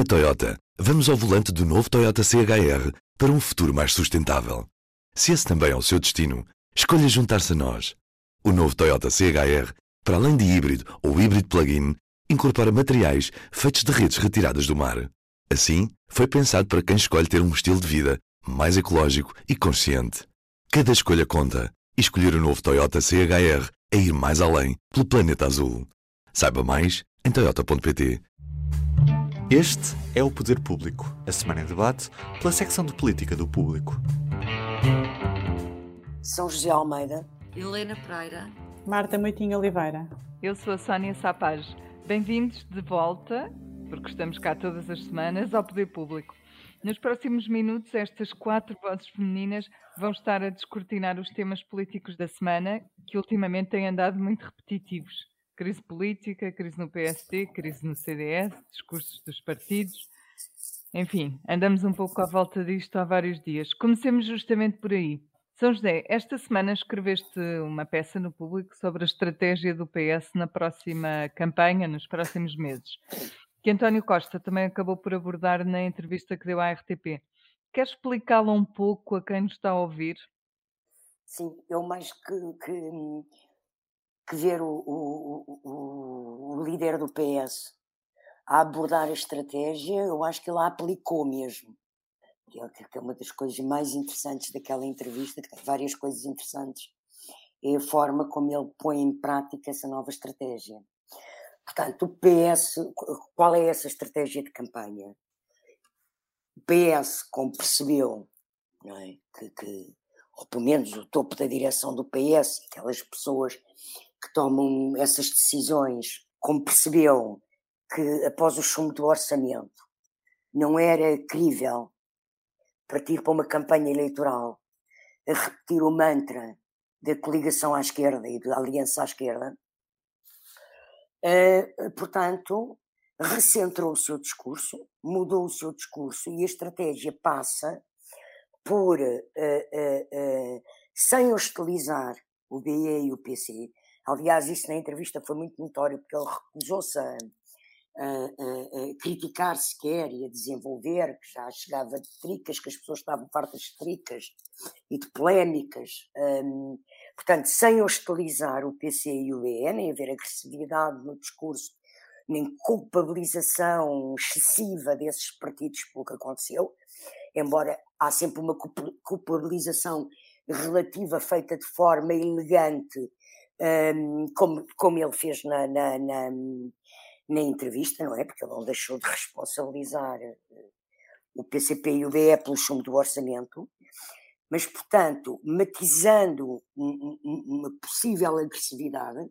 Na Toyota, vamos ao volante do novo Toyota CHR para um futuro mais sustentável. Se esse também é o seu destino, escolha juntar-se a nós. O novo Toyota CHR, para além de híbrido ou híbrido plug-in, incorpora materiais feitos de redes retiradas do mar. Assim, foi pensado para quem escolhe ter um estilo de vida mais ecológico e consciente. Cada escolha conta, e escolher o novo Toyota CHR é ir mais além pelo planeta azul. Saiba mais em toyota.pt. Este é o Poder Público, a semana em debate pela secção de política do Público. São José Almeida, Helena Pereira, Marta Moitinho Oliveira. Eu sou a Sónia Sapaz. Bem-vindos de volta, porque estamos cá todas as semanas, ao Poder Público. Nos próximos minutos, estas 4 vozes femininas vão estar a descortinar os temas políticos da semana, que ultimamente têm andado muito repetitivos. Crise política, crise no PSD, crise no CDS, discursos dos partidos. Enfim, andamos um pouco à volta disto há vários dias. Comecemos justamente por aí. São José, esta semana escreveste uma peça no Público sobre a estratégia do PS na próxima campanha, nos próximos meses, que António Costa também acabou por abordar na entrevista que deu à RTP. Queres explicá-la um pouco a quem nos está a ouvir? sim, eu mais que ver o líder do PS a abordar a estratégia, eu acho que ele a aplicou mesmo. Que é uma das coisas mais interessantes daquela entrevista, que tem várias coisas interessantes, é a forma como ele põe em prática essa nova estratégia. Portanto, o PS, qual é essa estratégia de campanha? O PS, como percebeu, não é? Ou pelo menos o topo da direção do PS, aquelas pessoas que tomam essas decisões, como percebeu que após o chumbo do orçamento não era crível partir para uma campanha eleitoral a repetir o mantra da coligação à esquerda e da aliança à esquerda, portanto, recentrou o seu discurso, mudou o seu discurso e a estratégia passa por, sem hostilizar o BE e o PC. Aliás, isso na entrevista foi muito notório, porque ele recusou-se a criticar sequer e a desenvolver, que já chegava de tricas, que as pessoas estavam fartas de tricas e de polémicas. Portanto, sem hostilizar o PC e o BE, nem haver agressividade no discurso, nem culpabilização excessiva desses partidos pelo que aconteceu, embora há sempre uma culpabilização relativa feita de forma elegante, como ele fez na entrevista, não é? Porque ele não deixou de responsabilizar o PCP e o BE pelo chumbo do orçamento, mas, portanto, matizando uma possível agressividade,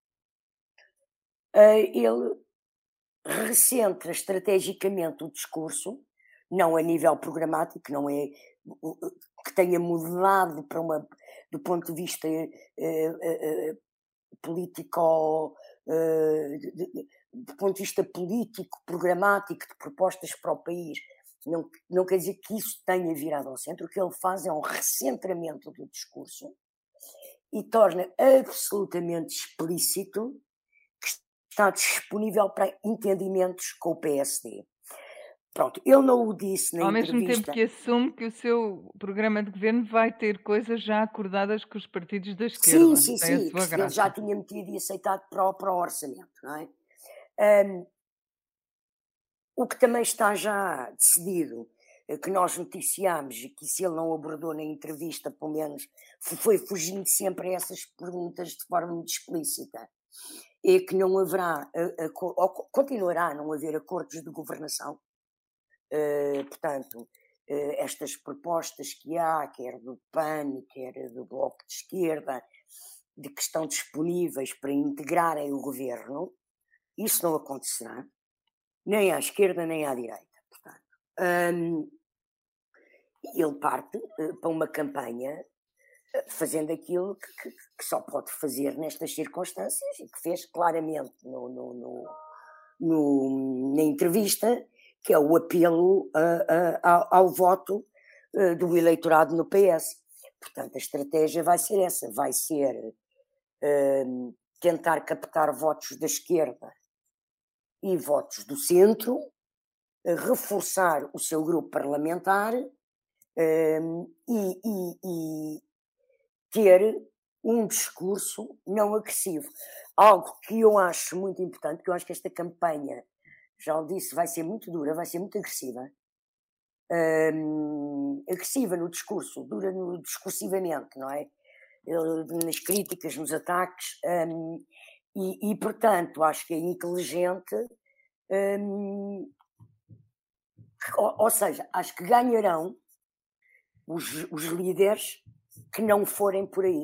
ele recentra estrategicamente o discurso, não a nível programático, não é que tenha mudado do ponto de vista político, do ponto de vista político, programático, de propostas para o país, não quer dizer que isso tenha virado ao centro. O que ele faz é um recentramento do discurso e torna absolutamente explícito que está disponível para entendimentos com o PSD. Pronto, ele não o disse na entrevista. Ao mesmo tempo que assume que o seu programa de governo vai ter coisas já acordadas com os partidos da esquerda. Sim, que ele já tinha metido e aceitado para o orçamento, não é? O que também está já decidido, que nós noticiámos e que se ele não abordou na entrevista, pelo menos foi fugindo sempre a essas perguntas de forma muito explícita, é que não haverá, ou continuará a não haver acordos de governação. Portanto, estas propostas que há, quer do PAN, quer do Bloco de Esquerda, de que estão disponíveis para integrarem o governo, isso não acontecerá, nem à esquerda nem à direita. Portanto, ele parte para uma campanha fazendo aquilo que só pode fazer nestas circunstâncias e que fez claramente na entrevista, que é o apelo ao voto do eleitorado no PS. Portanto, a estratégia vai ser essa, vai ser tentar captar votos da esquerda e votos do centro, reforçar o seu grupo parlamentar e ter um discurso não agressivo. Algo que eu acho muito importante, que eu acho que esta campanha, já o disse, vai ser muito dura, vai ser muito agressiva. Agressiva no discurso, dura discursivamente, não é? Nas críticas, nos ataques, e portanto acho que é inteligente, ou seja, acho que ganharão os líderes que não forem por aí.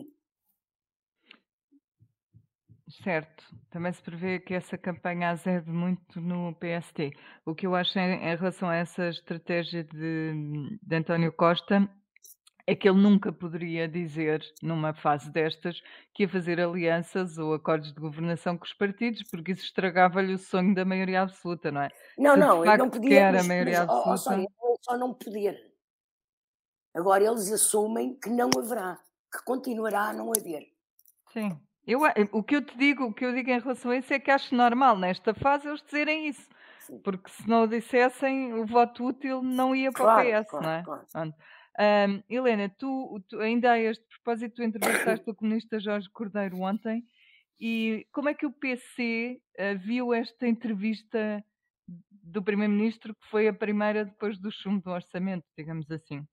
Certo, também se prevê que essa campanha azede muito no PST. O que eu acho em relação a essa estratégia de António Costa é que ele nunca poderia dizer, numa fase destas, que ia fazer alianças ou acordos de governação com os partidos, porque isso estragava-lhe o sonho da maioria absoluta, não é? Se de Não, ele não facto podia, quer a mas maioria Sónia, absoluta. não é só não poder. Agora eles assumem que não haverá, que continuará a não haver. Sim. O que eu digo em relação a isso é que acho normal nesta fase eles dizerem isso, Sim. porque se não o dissessem, o voto útil não ia para o Claro, PS, não é? claro. Pronto. Helena, tu ainda a este propósito, tu entrevistaste o comunista Jorge Cordeiro ontem, e como é que o PC viu esta entrevista do primeiro-ministro, que foi a primeira depois do chumbo do orçamento, digamos assim?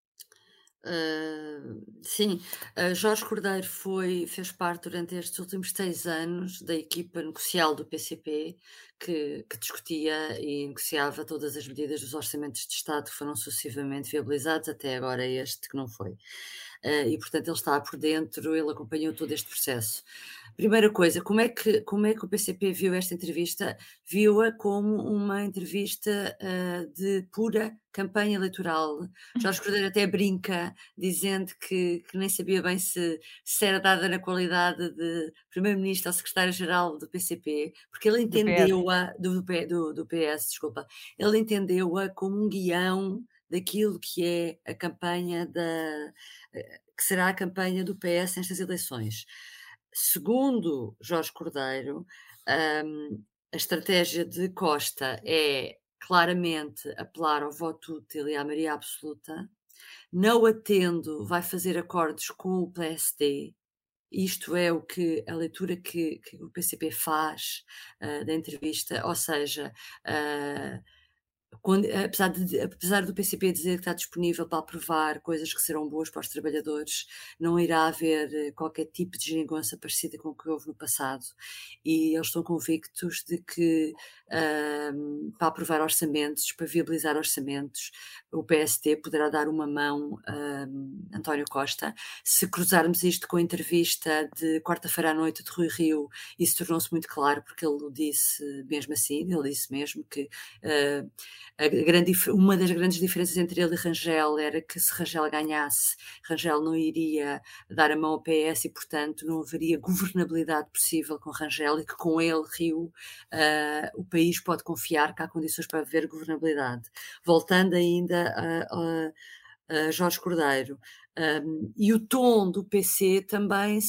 Sim, Jorge Cordeiro fez parte durante estes últimos 6 anos da equipa negocial do PCP, que discutia e negociava todas as medidas dos orçamentos de Estado que foram sucessivamente viabilizados, até agora este que não foi. E portanto ele está por dentro, ele acompanhou todo este processo. Primeira coisa, como é que o PCP viu esta entrevista? Viu-a como uma entrevista de pura campanha eleitoral. Jorge Cordeiro até brinca, dizendo que nem sabia bem se era dada na qualidade de primeiro-ministro ou secretário-geral do PCP, porque ele entendeu-a, do PS, desculpa, ele entendeu-a como um guião daquilo que é a campanha que será a campanha do PS nestas eleições. Segundo Jorge Cordeiro, a estratégia de Costa é claramente apelar ao voto útil e à maioria absoluta. Não atendo, vai fazer acordos com o PSD. Isto é a leitura que o PCP faz da entrevista, ou seja, apesar do PCP dizer que está disponível para aprovar coisas que serão boas para os trabalhadores, não irá haver qualquer tipo de geringonça parecida com o que houve no passado. E eles estão convictos de que para aprovar orçamentos, para viabilizar orçamentos, o PST poderá dar uma mão a António Costa. Se cruzarmos isto com a entrevista de quarta-feira à noite de Rui Rio, isso tornou-se muito claro, porque ele o disse mesmo assim, ele disse mesmo que uma das grandes diferenças entre ele e Rangel era que se Rangel ganhasse, Rangel não iria dar a mão ao PS e, portanto, não haveria governabilidade possível com Rangel, e que com ele, Rio, o país pode confiar que há condições para haver governabilidade. Voltando ainda a Jorge Cordeiro, e o tom do PC também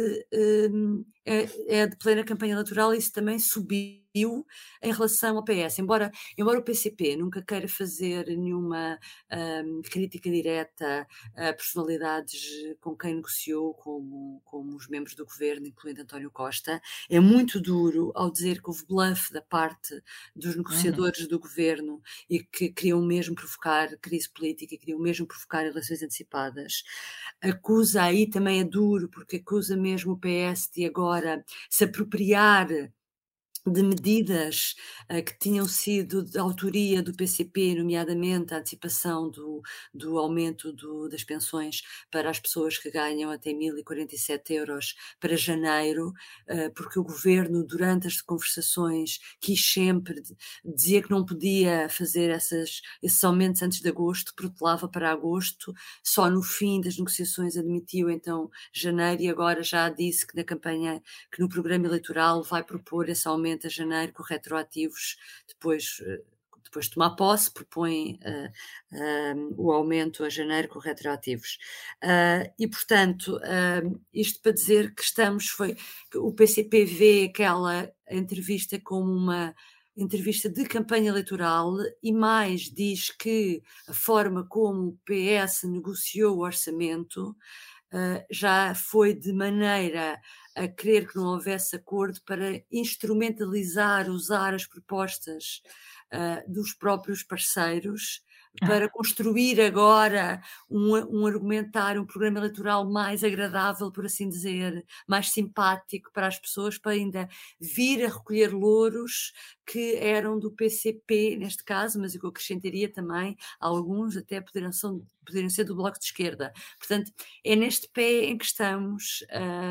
é de plena campanha eleitoral, isso também subiu em relação ao PS, embora o PCP nunca queira fazer nenhuma crítica direta a personalidades com quem negociou, como os membros do governo, incluindo António Costa. É muito duro ao dizer que houve bluff da parte dos negociadores do governo e que queriam mesmo provocar crise política, queriam mesmo provocar eleições antecipadas. Acusa, aí também é duro, porque acusa mesmo o PS de agora se apropriar de medidas que tinham sido de autoria do PCP, nomeadamente a antecipação do aumento das pensões para as pessoas que ganham até 1.047 euros para janeiro, porque o governo, durante as conversações, quis sempre, dizia que não podia fazer esses aumentos antes de agosto, protelava para agosto, só no fim das negociações admitiu então janeiro, e agora já disse que na campanha, que no programa eleitoral vai propor esse aumento a janeiro com retroativos, depois de tomar posse, propõe o aumento a janeiro com retroativos. E, portanto, isto para dizer que o PCP vê aquela entrevista como uma entrevista de campanha eleitoral e mais diz que a forma como o PS negociou o orçamento já foi de maneira a querer que não houvesse acordo para instrumentalizar, usar as propostas dos próprios parceiros para construir agora um argumentário, um programa eleitoral mais agradável, por assim dizer, mais simpático para as pessoas, para ainda vir a recolher louros que eram do PCP, neste caso, mas eu acrescentaria também, alguns até poderiam ser do Bloco de Esquerda. Portanto, é neste pé em que estamos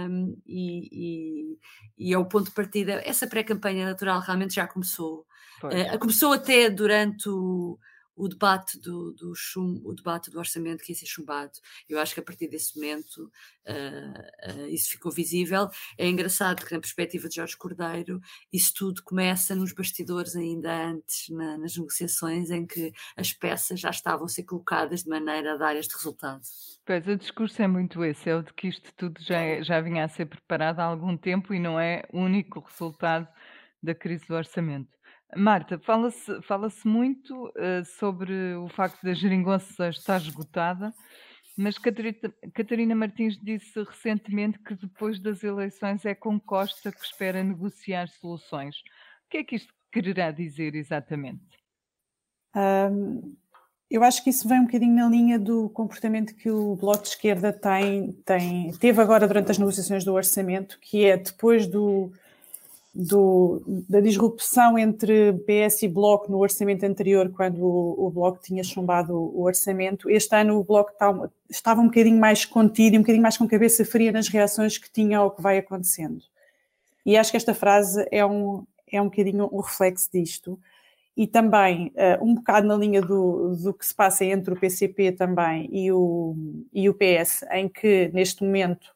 e é o ponto de partida. Essa pré-campanha eleitoral realmente já começou. Começou até durante o debate o debate do orçamento que ia ser chumbado. Eu acho que a partir desse momento isso ficou visível. É engraçado que na perspectiva de Jorge Cordeiro isso tudo começa nos bastidores ainda antes, nas negociações em que as peças já estavam a ser colocadas de maneira a dar este resultado. Pois, o discurso é muito esse, é o de que isto tudo já vinha a ser preparado há algum tempo e não é o único resultado da crise do orçamento. Marta, fala-se muito sobre o facto da geringonça estar esgotada, mas Catarina Martins disse recentemente que depois das eleições é com Costa que espera negociar soluções. O que é que isto quererá dizer exatamente? Eu acho que isso vem um bocadinho na linha do comportamento que o Bloco de Esquerda teve agora durante as negociações do orçamento, que é depois da disrupção entre PS e Bloco no orçamento anterior, quando o Bloco tinha chumbado o orçamento. Este ano o Bloco estava um bocadinho mais contido e um bocadinho mais com cabeça fria nas reações que tinha ao que vai acontecendo. E acho que esta frase é um bocadinho um reflexo disto. E também um bocado na linha do que se passa entre o PCP também e o PS, em que neste momento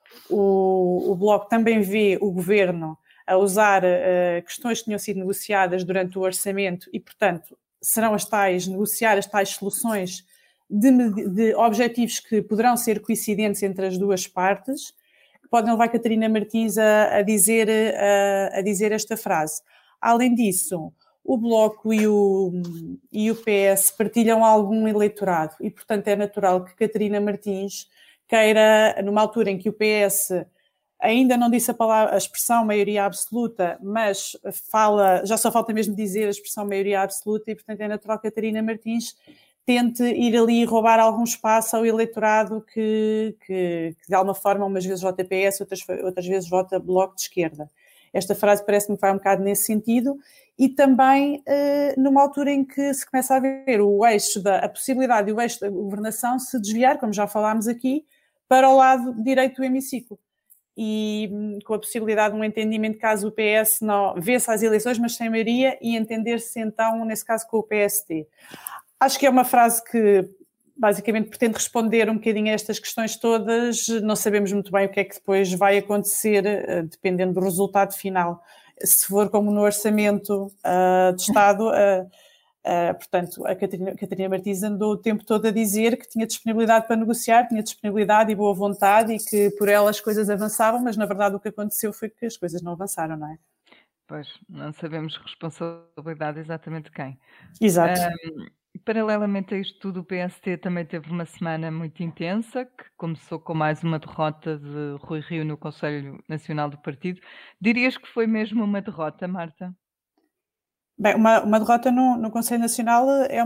o Bloco também vê o Governo a usar questões que tinham sido negociadas durante o orçamento e, portanto, serão negociar as tais soluções de objetivos que poderão ser coincidentes entre as duas partes, que podem levar a Catarina Martins a dizer esta frase. Além disso, o Bloco e o PS partilham algum eleitorado e, portanto, é natural que Catarina Martins queira, numa altura em que o PS ainda não disse a expressão maioria absoluta, mas já só falta mesmo dizer a expressão maioria absoluta e, portanto, é natural que Catarina Martins tente ir ali e roubar algum espaço ao eleitorado que de alguma forma, umas vezes vota PS, outras vezes vota Bloco de Esquerda. Esta frase parece-me que vai um bocado nesse sentido e também numa altura em que se começa a ver a possibilidade do eixo da governação se desviar, como já falámos aqui, para o lado direito do hemiciclo. E com a possibilidade de um entendimento caso o PS não vê-se às eleições, mas sem maioria, e entender-se então, nesse caso, com o PSD. Acho que é uma frase que basicamente pretende responder um bocadinho a estas questões todas. Não sabemos muito bem o que é que depois vai acontecer, dependendo do resultado final. Se for como no orçamento de Estado, portanto, a Catarina Martins andou o tempo todo a dizer que tinha disponibilidade para negociar, tinha disponibilidade e boa vontade e que por ela as coisas avançavam, mas na verdade o que aconteceu foi que as coisas não avançaram, não é? Pois, não sabemos responsabilidade exatamente de quem. Exato. Paralelamente a isto tudo, o PST também teve uma semana muito intensa, que começou com mais uma derrota de Rui Rio no Conselho Nacional do Partido. Dirias que foi mesmo uma derrota, Marta? Bem, uma derrota no Conselho Nacional é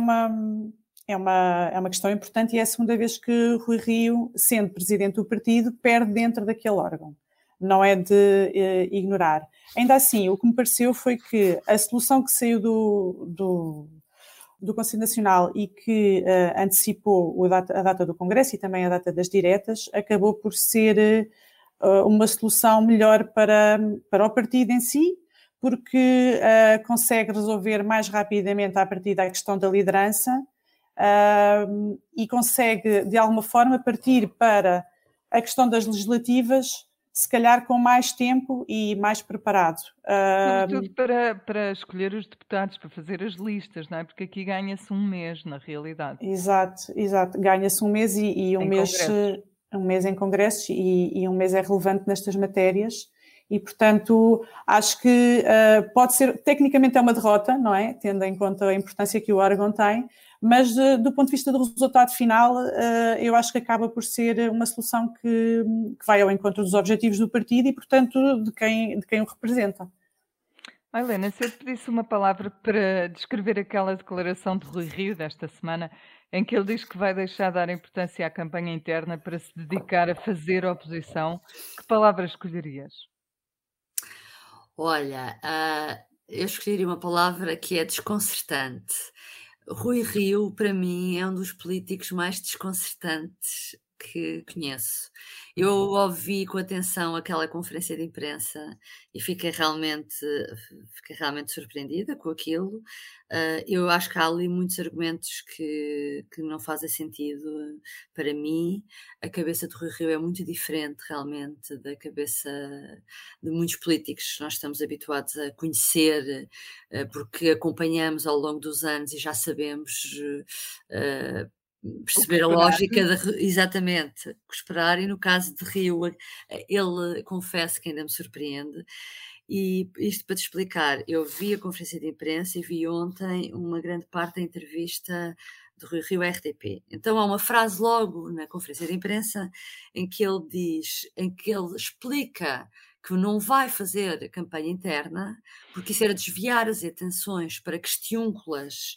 uma questão importante e é a segunda vez que Rui Rio, sendo presidente do partido, perde dentro daquele órgão. Não é de ignorar. Ainda assim, o que me pareceu foi que a solução que saiu do Conselho Nacional e que antecipou a data do Congresso e também a data das diretas, acabou por ser uma solução melhor para o partido em si, porque consegue resolver mais rapidamente a partir da questão da liderança e consegue, de alguma forma, partir para a questão das legislativas, se calhar com mais tempo e mais preparado. Sobretudo para escolher os deputados, para fazer as listas, não é? Porque aqui ganha-se um mês, na realidade. Exato. Ganha-se um mês e um mês em congressos e um mês é relevante nestas matérias. E, portanto, acho que pode ser, tecnicamente é uma derrota, não é? Tendo em conta a importância que o Oregon tem, mas do ponto de vista do resultado final, eu acho que acaba por ser uma solução que vai ao encontro dos objetivos do partido e, portanto, de quem o representa. Helena, se eu te pedisse uma palavra para descrever aquela declaração de Rui Rio desta semana, em que ele diz que vai deixar de dar importância à campanha interna para se dedicar a fazer oposição, que palavra escolherias? Olha, eu escolheria uma palavra que é desconcertante. Rui Rio, para mim, é um dos políticos mais desconcertantes que conheço. Eu ouvi com atenção aquela conferência de imprensa e fiquei realmente surpreendida com aquilo. Eu acho que há ali muitos argumentos que não fazem sentido para mim. A cabeça de Rui Rio é muito diferente realmente da cabeça de muitos políticos que nós estamos habituados a conhecer, porque acompanhamos ao longo dos anos e já sabemos perceber a lógica exatamente, o que esperar, e no caso de Rio, ele, confesso que ainda me surpreende. E isto para te explicar, eu vi a conferência de imprensa e vi ontem uma grande parte da entrevista de Rui Rio à RTP. Então há uma frase logo na conferência de imprensa em que ele explica que não vai fazer campanha interna, porque isso era desviar as atenções para questiúnculas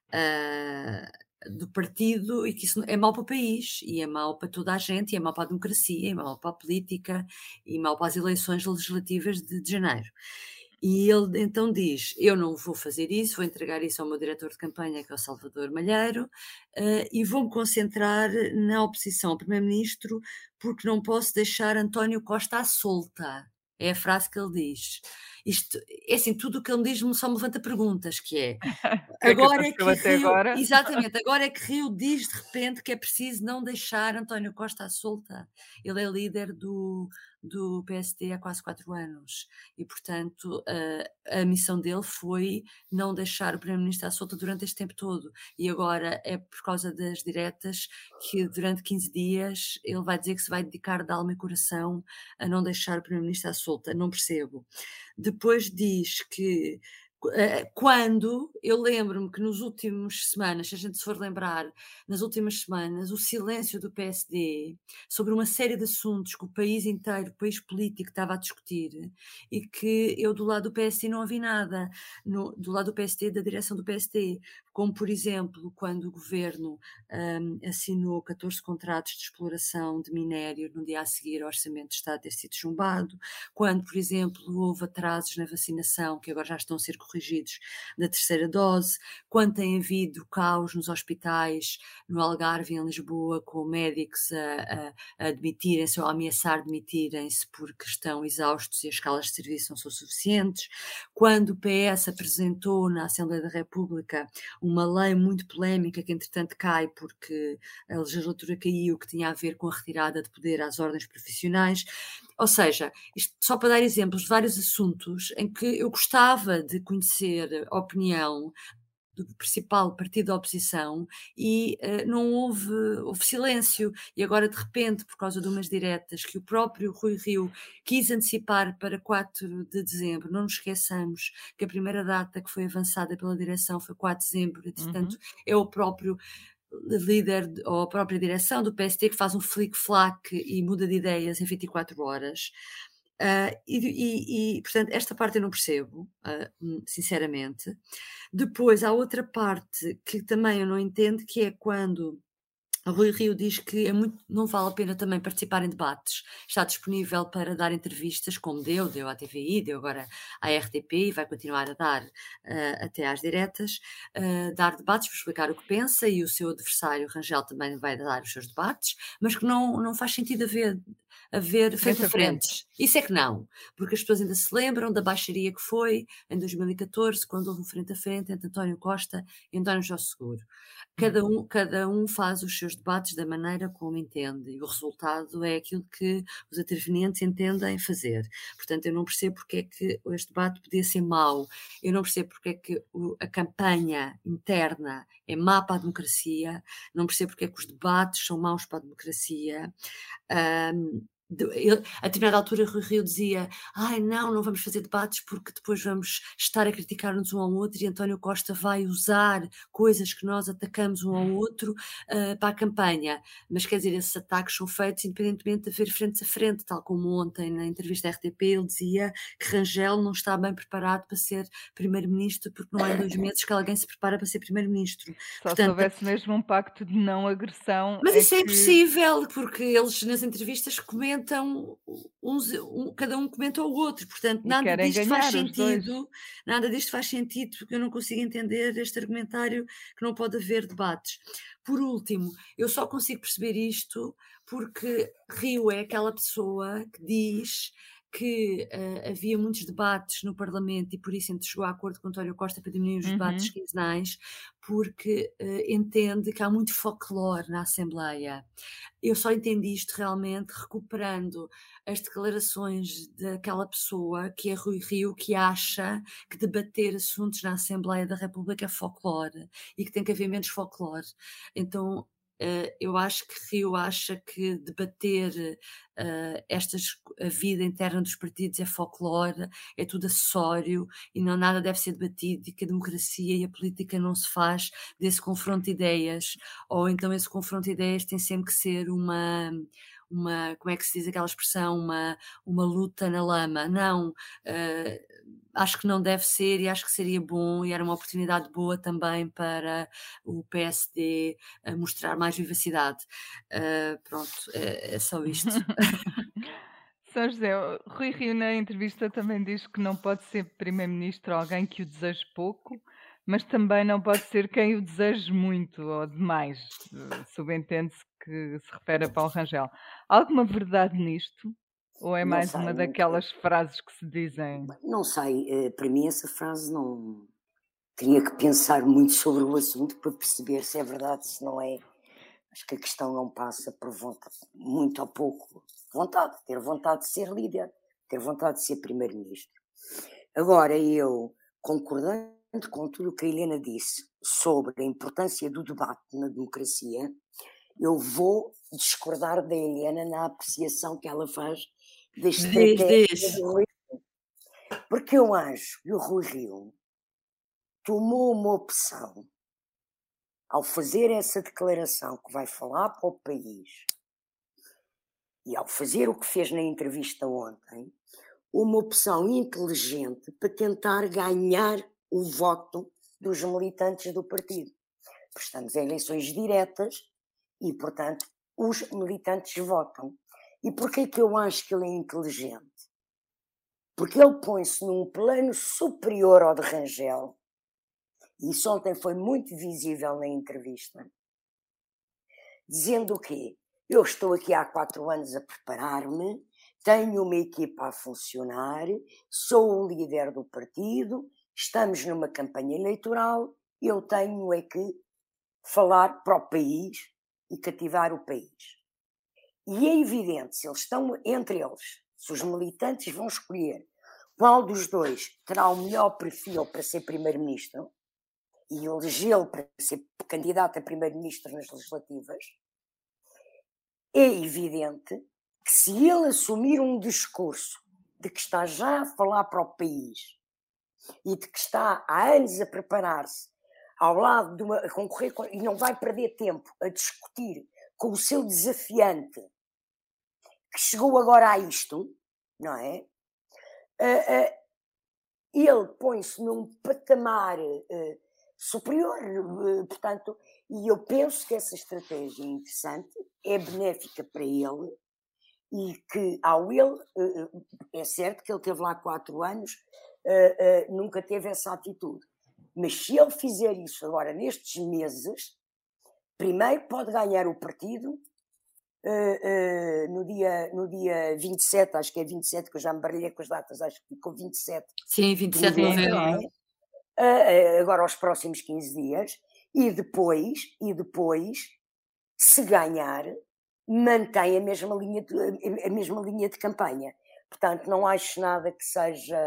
do partido, e que isso é mau para o país, e é mau para toda a gente, e é mau para a democracia, e é mau para a política, e mau para as eleições legislativas de janeiro. E ele então diz: eu não vou fazer isso, vou entregar isso ao meu diretor de campanha, que é o Salvador Malheiro, e vou-me concentrar na oposição ao primeiro-ministro, porque não posso deixar António Costa à solta. É a frase que ele diz. Isto, é assim, tudo o que ele me diz só me levanta perguntas, que é... Agora é que Rio, exatamente, agora é que Rio diz de repente que é preciso não deixar António Costa à solta. Ele é líder do PSD há quase 4 anos e, portanto, a missão dele foi não deixar o Primeiro-Ministro à solta durante este tempo todo, e agora é por causa das diretas que durante 15 dias ele vai dizer que se vai dedicar de alma e coração a não deixar o Primeiro-Ministro à solta. Não percebo. Depois diz que quando eu lembro-me que nas últimas semanas, se a gente se for lembrar, nas últimas semanas, o silêncio do PSD sobre uma série de assuntos que o país inteiro, o país político, estava a discutir, e que eu do lado do PSD não ouvi nada, do lado do PSD, da direção do PSD, como por exemplo quando o governo assinou 14 contratos de exploração de minério no dia a seguir ao Orçamento de Estado ter sido chumbado, quando por exemplo houve atrasos na vacinação que agora já estão a ser corrigidos da terceira dose, quando tem havido caos nos hospitais no Algarve e em Lisboa, com médicos a admitirem-se ou a ameaçar demitirem-se porque estão exaustos e as escalas de serviço não são suficientes, quando o PS apresentou na Assembleia da República uma lei muito polémica que entretanto cai porque a legislatura caiu, que tinha a ver com a retirada de poder às ordens profissionais. Ou seja, isto só para dar exemplos de vários assuntos em que eu gostava de conhecer a opinião do principal partido da oposição e não houve silêncio, e agora de repente, por causa de umas diretas que o próprio Rui Rio quis antecipar para 4 de dezembro, não nos esqueçamos que a primeira data que foi avançada pela direção foi 4 de dezembro, e portanto é o próprio líder ou a própria direção do PST que faz um flic-flac e muda de ideias em 24 horas. Portanto, esta parte eu não percebo, sinceramente. Depois, há outra parte que também eu não entendo, que é quando o Rui Rio diz que não vale a pena também participar em debates. Está disponível para dar entrevistas, como deu à TVI, deu agora à RTP e vai continuar a dar até às diretas, dar debates para explicar o que pensa, e o seu adversário Rangel também vai dar os seus debates, mas que não faz sentido haver frente a frente. Isso é que não, porque as pessoas ainda se lembram da baixaria que foi em 2014, quando houve um frente a frente entre António Costa e António José Seguro. Cada um faz os seus debates da maneira como entende, e o resultado é aquilo que os intervenientes entendem fazer. Portanto, eu não percebo porque é que este debate podia ser mau, eu não percebo porque é que a campanha interna é má para a democracia, não percebo porque é que os debates são maus para a democracia. A determinada altura Rui Rio dizia: "Ai não vamos fazer debates porque depois vamos estar a criticar-nos um ao outro e António Costa vai usar coisas que nós atacamos um ao outro, para a campanha". Mas quer dizer, esses ataques são feitos independentemente de haver frente a frente, tal como ontem na entrevista à RTP ele dizia que Rangel não está bem preparado para ser primeiro-ministro, porque não há em 2 meses que alguém se prepara para ser primeiro-ministro. Só se houvesse mesmo um pacto de não agressão. Mas isso é impossível, porque eles nas entrevistas comentam, cada um comenta o outro, portanto nada disto faz sentido, porque eu não consigo entender este argumentário que não pode haver debates. Por último, eu só consigo perceber isto porque Rio é aquela pessoa que diz que havia muitos debates no Parlamento e por isso chegou a acordo com António Costa para diminuir os debates quinzenais, porque entende que há muito folclore na Assembleia. Eu só entendi isto realmente recuperando as declarações daquela pessoa, que é Rui Rio, que acha que debater assuntos na Assembleia da República é folclore e que tem que haver menos folclore. Então, eu acho que Rio acha que debater a vida interna dos partidos é folclore, é tudo acessório e não nada deve ser debatido, e que a democracia e a política não se faz desse confronto de ideias, ou então esse confronto de ideias tem sempre que ser uma como é que se diz aquela expressão, uma luta na lama. Não, acho que não deve ser e acho que seria bom e era uma oportunidade boa também para o PSD mostrar mais vivacidade. Pronto, é só isto. São José, Rui Rio na entrevista também diz que não pode ser primeiro-ministro alguém que o deseje pouco, mas também não pode ser quem o deseje muito ou demais. Subentende-se que se refere a Paulo Rangel. Há alguma verdade nisto? Ou é mais uma daquelas frases que se dizem? Não sei, para mim essa frase não... Teria que pensar muito sobre o assunto para perceber se é verdade, se não é. Acho que a questão não passa por vontade, muito ou pouco vontade, ter vontade de ser líder, ter vontade de ser primeiro-ministro. Agora, eu, concordando com tudo o que a Helena disse sobre a importância do debate na democracia, eu vou discordar da Helena na apreciação que ela faz da estratégia do Rui Rio. Porque eu acho que o Rui Rio tomou uma opção ao fazer essa declaração que vai falar para o país e ao fazer o que fez na entrevista ontem, uma opção inteligente para tentar ganhar o voto dos militantes do partido. Porque estamos em eleições diretas e, portanto, os militantes votam. E porquê é que eu acho que ele é inteligente? Porque ele põe-se num plano superior ao de Rangel. E isso ontem foi muito visível na entrevista, dizendo o quê? Eu estou aqui há 4 anos a preparar-me, tenho uma equipa a funcionar, sou o líder do partido, estamos numa campanha eleitoral, eu tenho é que falar para o país e cativar o país. E é evidente, se eles estão entre eles, se os militantes vão escolher qual dos dois terá o melhor perfil para ser primeiro-ministro, e elegê-lo para ser candidato a primeiro-ministro nas legislativas, é evidente que se ele assumir um discurso de que está já a falar para o país e de que está há anos a preparar-se ao lado de a concorrer e não vai perder tempo a discutir com o seu desafiante que chegou agora a isto, não é? Ele põe-se num patamar superior, portanto, e eu penso que essa estratégia é interessante, é benéfica para ele e que ao ele, é certo que ele teve lá 4 anos, nunca teve essa atitude, mas se ele fizer isso agora nestes meses, primeiro pode ganhar o partido no dia 27, acho que é 27, que eu já me baralhei com as datas, acho que ficou 27. Sim, 27 de novembro. Agora aos próximos 15 dias, e depois, se ganhar, mantém a mesma linha de campanha. Portanto, não acho nada que seja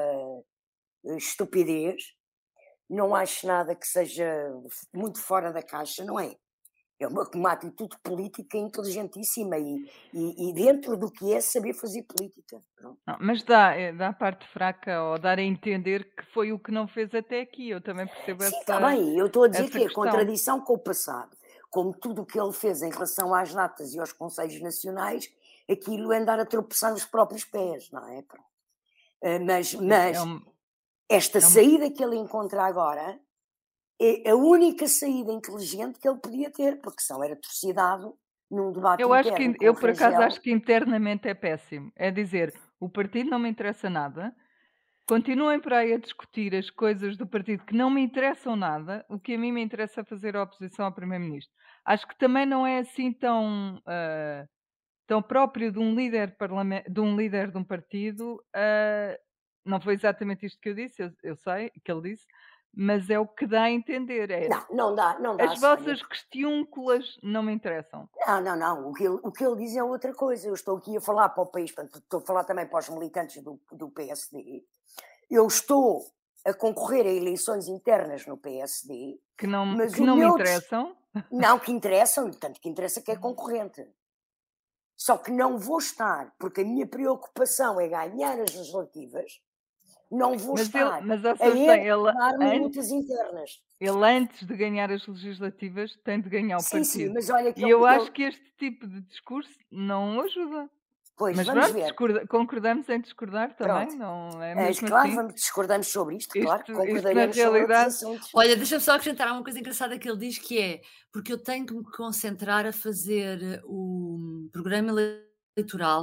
estupidez, não acho nada que seja muito fora da caixa, não é? uma atitude política inteligentíssima e dentro do que é saber fazer política. Pronto. Não, mas dá a parte fraca ou dar a entender que foi o que não fez até aqui. Eu também percebo Sim, está bem. Eu estou a dizer essa que é questão. contradição com o passado. Como tudo o que ele fez em relação às datas e aos conselhos nacionais, aquilo é andar a tropeçar nos próprios pés, não é? Pronto. Mas esta saída que ele encontra agora é a única saída inteligente que ele podia ter, porque senão era torcidado num debate interno. Eu por acaso acho que internamente é péssimo. É dizer, o partido não me interessa nada, continuem por aí a discutir as coisas do partido que não me interessam nada, o que a mim me interessa é fazer a oposição ao Primeiro-Ministro. Acho que também não é assim tão próprio de um líder de um partido. Não foi exatamente isto que eu disse, eu sei que ele disse, mas é o que dá a entender. Não dá. As vossas questiúnculas não me interessam. Não. O que ele diz é outra coisa. Eu estou aqui a falar para o país, portanto, estou a falar também para os militantes do PSD. Eu estou a concorrer a eleições internas no PSD. Que não me interessam. Não, que interessam, tanto que interessa que é concorrente. Só que não vou estar, porque a minha preocupação é ganhar as legislativas. Não vou estar a lutas internas. Ele, antes de ganhar as legislativas, tem de ganhar o partido. Sim, mas olha que e eu acho que este tipo de discurso não ajuda. Pois, mas vamos ver. Concordamos em discordar também? Pronto. Não é mesmo claro, assim? discordamos sobre isto, claro. Concordaremos na realidade... sobre outros assuntos. Olha, deixa-me só acrescentar uma coisa engraçada que ele diz, que é, porque eu tenho que me concentrar a fazer o programa eleitoral.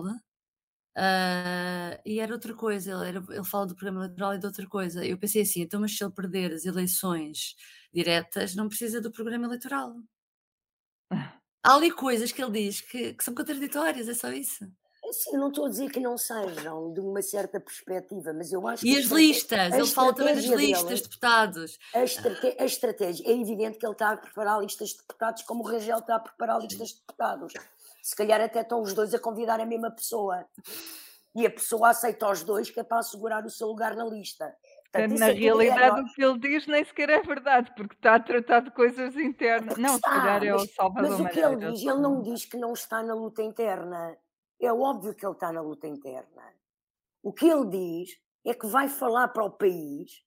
E era outra coisa, ele fala do programa eleitoral e de outra coisa. Eu pensei assim, então, mas se ele perder as eleições diretas, não precisa do programa eleitoral. Há ali coisas que ele diz que são contraditórias, é só isso. Sim, não estou a dizer que não sejam de uma certa perspectiva, mas eu acho que... E as listas, ele fala também das listas de deputados. A estratégia, é evidente que ele está a preparar listas de deputados como o Rangel está a preparar listas de deputados. Se calhar até estão os dois a convidar a mesma pessoa. E a pessoa aceita os dois, que é para assegurar o seu lugar na lista. Portanto, na realidade, o que ele diz nem sequer é verdade, porque está a tratar de coisas internas. Não, se calhar é o Salvador Malheiro. Mas o que ele diz, ele não diz que não está na luta interna. É óbvio que ele está na luta interna. O que ele diz é que vai falar para o país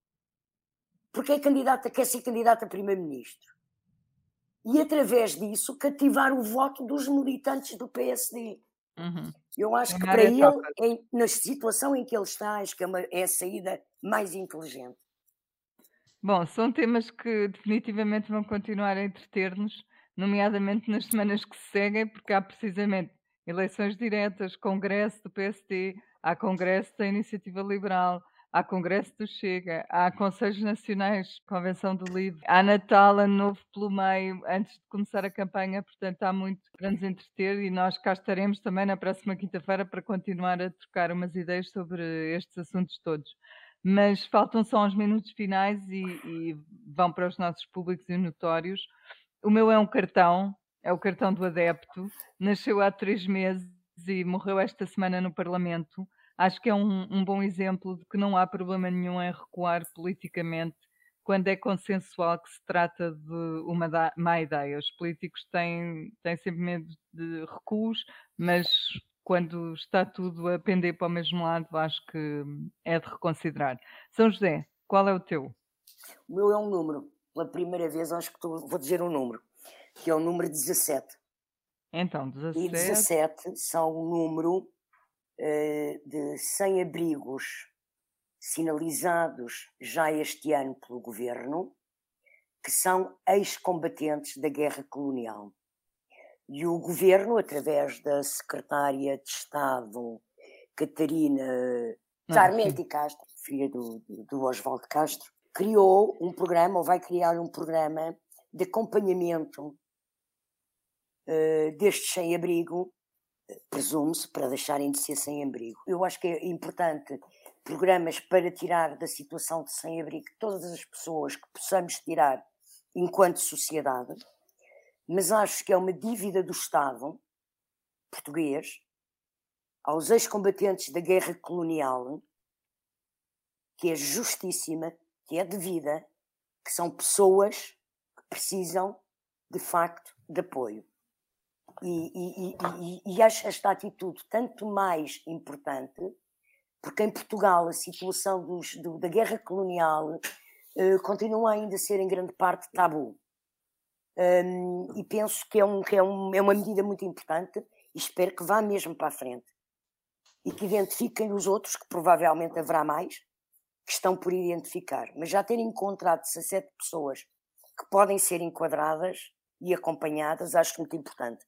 porque quer ser candidato a primeiro-ministro. E através disso cativar o voto dos militantes do PSD. Uhum. Eu acho que para ele, na situação em que ele está, acho que é a saída mais inteligente. Bom, são temas que definitivamente vão continuar a entreter-nos, nomeadamente nas semanas que se seguem, porque há precisamente eleições diretas, congresso do PSD, há congresso da Iniciativa Liberal, há congresso do Chega, há conselhos nacionais, convenção do LIVRE, há Natal, Ano Novo pelo meio, antes de começar a campanha, portanto há muito para nos entreter e nós cá estaremos também na próxima quinta-feira para continuar a trocar umas ideias sobre estes assuntos todos. Mas faltam só uns minutos finais e vão para os nossos públicos e notórios. O meu é um cartão, é o cartão do adepto, nasceu há 3 meses e morreu esta semana no Parlamento. Acho que é um bom exemplo de que não há problema nenhum em recuar politicamente quando é consensual que se trata de uma má ideia. Os políticos têm sempre medo de recuos, mas quando está tudo a pender para o mesmo lado, acho que é de reconsiderar. São José, qual é o teu? O meu é um número. Pela primeira vez, acho que vou dizer um número, que é o número 17. Então, 17. E 17 são o número de sem-abrigos sinalizados já este ano pelo governo, que são ex-combatentes da guerra colonial. E o governo, através da secretária de Estado Catarina Sarmenti Castro, filha do Oswaldo Castro, criou um programa, ou vai criar um programa de acompanhamento destes sem-abrigo, presume-se, para deixarem de ser sem-abrigo. Eu acho que é importante programas para tirar da situação de sem-abrigo todas as pessoas que possamos tirar enquanto sociedade, mas acho que é uma dívida do Estado português aos ex-combatentes da guerra colonial, que é justíssima, que é devida, que são pessoas que precisam de facto, de apoio. E acho esta atitude tanto mais importante, porque em Portugal a situação da guerra colonial continua ainda a ser em grande parte tabu. E penso que é uma medida muito importante e espero que vá mesmo para a frente. E que identifiquem os outros, que provavelmente haverá mais, que estão por identificar. Mas já ter encontrado 17 pessoas que podem ser enquadradas e acompanhadas, acho muito importante.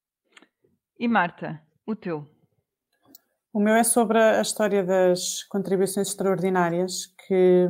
E Marta, o teu? O meu é sobre a história das contribuições extraordinárias que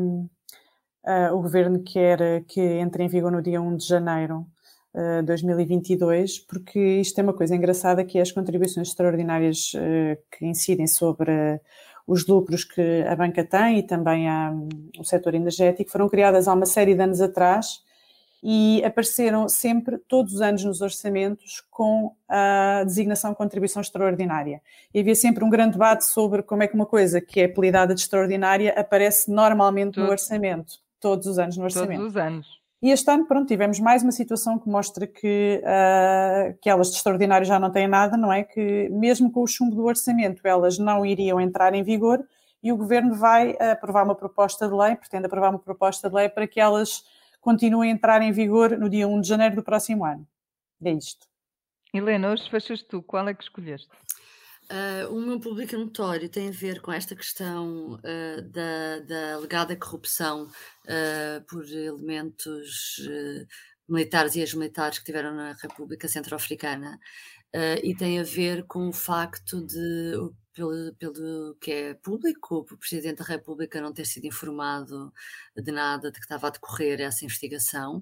o Governo quer que entre em vigor no dia 1 de janeiro de 2022, porque isto é uma coisa engraçada, que é as contribuições extraordinárias que incidem sobre os lucros que a banca tem e também o setor energético, foram criadas há uma série de anos atrás e apareceram sempre, todos os anos nos orçamentos, com a designação de contribuição extraordinária. E havia sempre um grande debate sobre como é que uma coisa que é apelidada de extraordinária aparece normalmente no orçamento, todos os anos no orçamento. Todos os anos. E este ano, pronto, tivemos mais uma situação que mostra que elas de extraordinário já não têm nada, não é? Que mesmo com o chumbo do orçamento elas não iriam entrar em vigor e o Governo vai aprovar uma proposta de lei, pretende aprovar uma proposta de lei para que elas continuem a entrar em vigor no dia 1 de janeiro do próximo ano. É isto. Helena, hoje fechas tu. Qual é que escolheste? O meu público notório tem a ver com esta questão da alegada corrupção por elementos militares e ex-militares que tiveram na República Centro-Africana e tem a ver com o facto de, pelo que é público, o Presidente da República não ter sido informado de nada de que estava a decorrer essa investigação.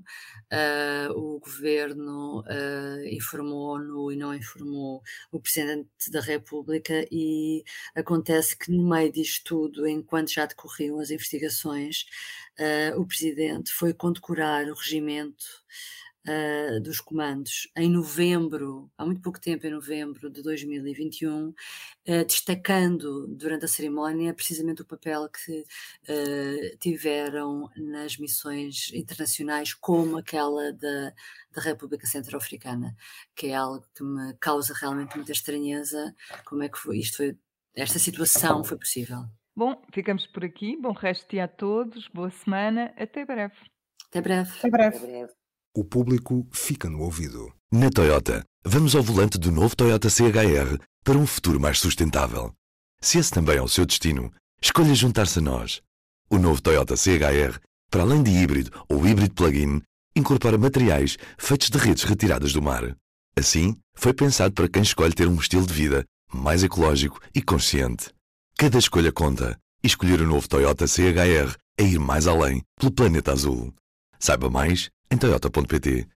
O Governo informou-no e não informou o Presidente da República e acontece que no meio disto tudo, enquanto já decorriam as investigações, o Presidente foi condecorar o regimento dos comandos em novembro, há muito pouco tempo, em novembro de 2021, destacando durante a cerimónia precisamente o papel que tiveram nas missões internacionais, como aquela da República Centro-Africana, que é algo que me causa realmente muita estranheza, como é que esta situação foi possível. Bom, ficamos por aqui. Bom resto de dia a todos, boa semana, até breve. Até breve. Até breve. Até breve. O público fica no ouvido. Na Toyota, vamos ao volante do novo Toyota CHR para um futuro mais sustentável. Se esse também é o seu destino, escolha juntar-se a nós. O novo Toyota CHR, para além de híbrido ou híbrido plug-in, incorpora materiais feitos de redes retiradas do mar. Assim, foi pensado para quem escolhe ter um estilo de vida mais ecológico e consciente. Cada escolha conta, e escolher o novo Toyota CHR é ir mais além pelo planeta azul. Saiba mais em toyota.pt.